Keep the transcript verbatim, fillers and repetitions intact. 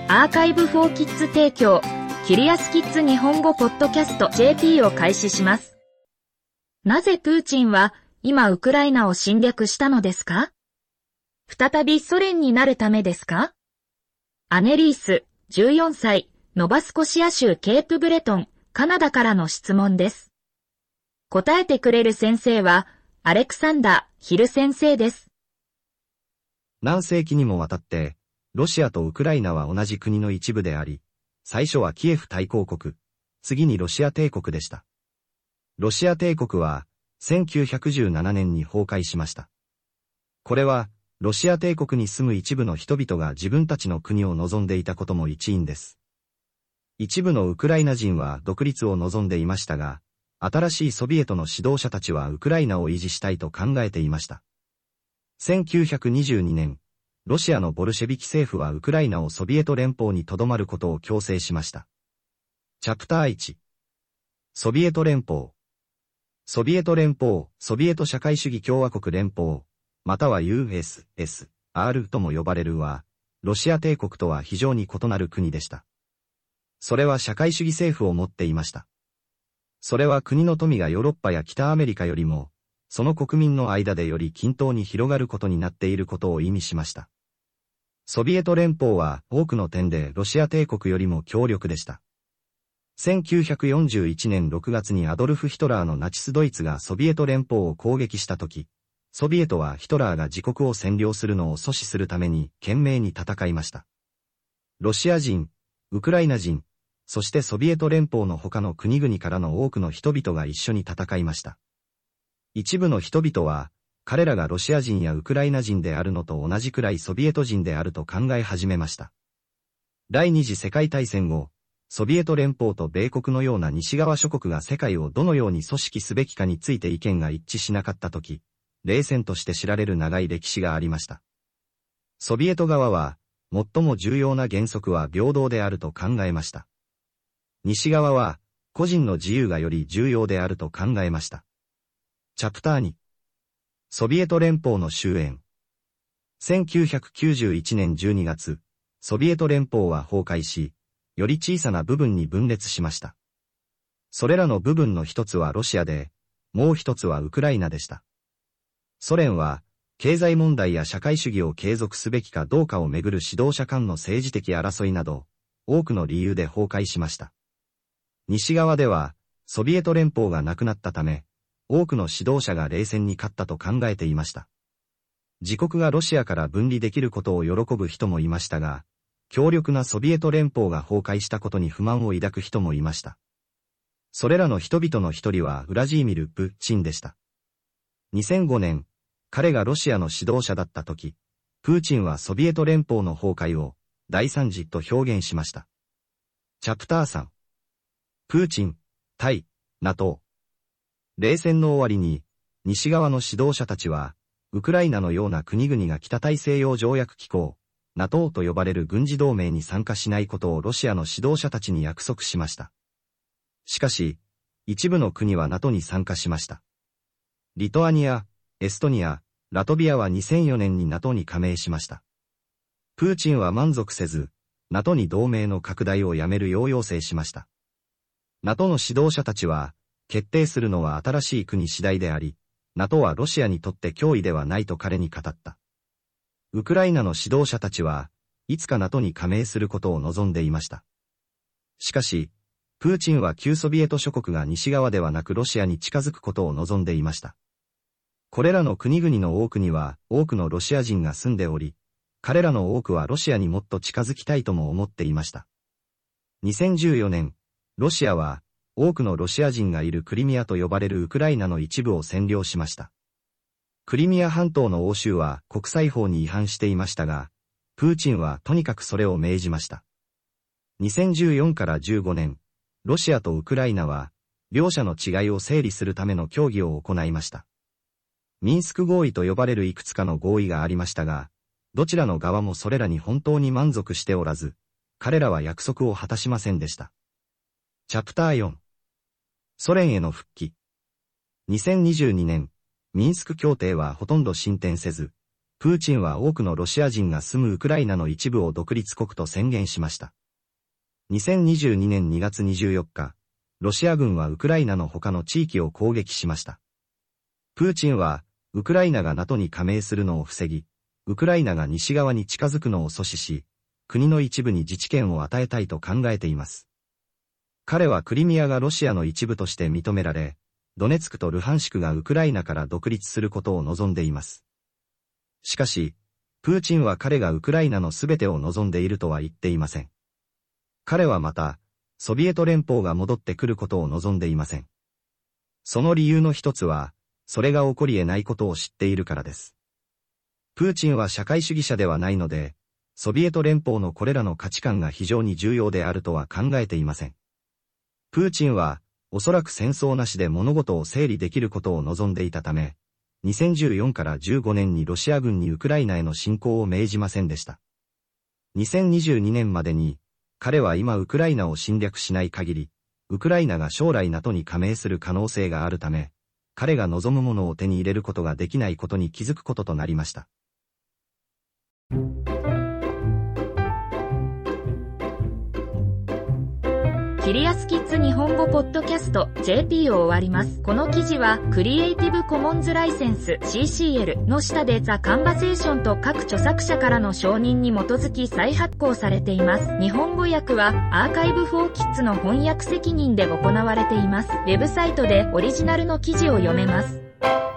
アーカイブフォーキッズ提供、キリアスキッズ日本語ポッドキャスト ジェーピー を開始します。なぜプーチンは今ウクライナを侵略したのですか？再びソ連になるためですか？アネリース、じゅうよんさい、ノバスコシア州ケープブレトン、カナダからの質問です。答えてくれる先生は、アレクサンダー・ヒル先生です。 何世紀にもわたって、ロシアとウクライナは同じ国の一部であり、最初はキエフ大公国、次にロシア帝国でした。ロシア帝国は、せんきゅうひゃくじゅうななねんに崩壊しました。これは、ロシア帝国に住む一部の人々が自分たちの国を望んでいたことも一因です。一部のウクライナ人は独立を望んでいましたが、新しいソビエトの指導者たちはウクライナを維持したいと考えていました。せんきゅうひゃくにじゅうにねん、ロシアのボルシェビキ政府はウクライナをソビエト連邦に留まることを強制しました。チャプターいち。ソビエト連邦。ソビエト連邦、ソビエト社会主義共和国連邦、または ユーエスエスアール とも呼ばれるは、ロシア帝国とは非常に異なる国でした。それは社会主義政府を持っていました。それは国の富がヨーロッパや北アメリカよりも、その国民の間でより均等に広がることになっていることを意味しました。ソビエト連邦は多くの点でロシア帝国よりも強力でした。せんきゅうひゃくよんじゅういちねんろくがつにアドルフ・ヒトラーのナチスドイツがソビエト連邦を攻撃したとき、ソビエトはヒトラーが自国を占領するのを阻止するために懸命に戦いました。ロシア人、ウクライナ人、そしてソビエト連邦の他の国々からの多くの人々が一緒に戦いました。一部の人々は、彼らがロシア人やウクライナ人であるのと同じくらいソビエト人であると考え始めました。第二次世界大戦後、ソビエト連邦と米国のような西側諸国が世界をどのように組織すべきかについて意見が一致しなかったとき、冷戦として知られる長い歴史がありました。ソビエト側は、最も重要な原則は平等であると考えました。西側は、個人の自由がより重要であると考えました。チャプターに。ソビエト連邦の終焉。せんきゅうひゃくきゅうじゅういちねんじゅうにがつ、ソビエト連邦は崩壊し、より小さな部分に分裂しました。それらの部分の一つはロシアで、もう一つはウクライナでした。ソ連は、経済問題や社会主義を継続すべきかどうかをめぐる指導者間の政治的争いなど、多くの理由で崩壊しました。西側では、ソビエト連邦がなくなったため、多くの指導者が冷戦に勝ったと考えていました。自国がロシアから分離できることを喜ぶ人もいましたが、強力なソビエト連邦が崩壊したことに不満を抱く人もいました。それらの人々の一人はウラジーミル・プーチンでした。にせんごねん、彼がロシアの指導者だった時、プーチンはソビエト連邦の崩壊を大惨事と表現しました。チャプターさん。プーチン、対、NATO。冷戦の終わりに、西側の指導者たちは、ウクライナのような国々が北大西洋条約機構、NATO と呼ばれる軍事同盟に参加しないことをロシアの指導者たちに約束しました。しかし、一部の国は NATO に参加しました。リトアニア、エストニア、ラトビアはにせんよねんに NATO に加盟しました。プーチンは満足せず、NATO に同盟の拡大をやめるよう要請しました。NATO の指導者たちは、決定するのは新しい国次第であり、NATO はロシアにとって脅威ではないと彼に語った。ウクライナの指導者たちは、いつか NATO に加盟することを望んでいました。しかし、プーチンは旧ソビエト諸国が西側ではなくロシアに近づくことを望んでいました。これらの国々の多くには多くのロシア人が住んでおり、彼らの多くはロシアにもっと近づきたいとも思っていました。にせんじゅうよねん、ロシアは、多くのロシア人がいるクリミアと呼ばれるウクライナの一部を占領しました。クリミア半島の応酬は国際法に違反していましたが、プーチンはとにかくそれを命じました。にせんじゅうよんからじゅうごねん、ロシアとウクライナは、両者の違いを整理するための協議を行いました。ミンスク合意と呼ばれるいくつかの合意がありましたが、どちらの側もそれらに本当に満足しておらず、彼らは約束を果たしませんでした。チャプターよん。ソ連への復帰。にせんにじゅうにねん、ミンスク協定はほとんど進展せず、 プーチンは多くのロシア人が住むウクライナの一部を独立国と宣言しました。にせんにじゅうにねんにがつにじゅうよっか、ロシア軍はウクライナの他の地域を攻撃しました。プーチンは、ウクライナが ナト に加盟するのを防ぎ、ウクライナが西側に近づくのを阻止し、国の一部に自治権を与えたいと考えています。彼はクリミアがロシアの一部として認められ、ドネツクとルハンシクがウクライナから独立することを望んでいます。しかし、プーチンは彼がウクライナのすべてを望んでいるとは言っていません。彼はまた、ソビエト連邦が戻ってくることを望んでいません。その理由の一つは、それが起こり得ないことを知っているからです。プーチンは社会主義者ではないので、ソビエト連邦のこれらの価値観が非常に重要であるとは考えていません。プーチンは、おそらく戦争なしで物事を整理できることを望んでいたため、にせんじゅうよんからじゅうごねんにロシア軍にウクライナへの侵攻を命じませんでした。にせんにじゅうにねんまでに、彼は今ウクライナを侵略しない限り、ウクライナが将来 ナト に加盟する可能性があるため、彼が望むものを手に入れることができないことに気づくこととなりました。 キリアスキッズ日本語ポッドキャスト ジェーピー を終わります。この記事はクリエイティブコモンズライセンス シーシーエル の下でザ・カンバセーションと各著作者からの承認に基づき再発行されています。日本語訳はアーカイブフォーキッズの翻訳責任で行われています。ウェブサイトでオリジナルの記事を読めます。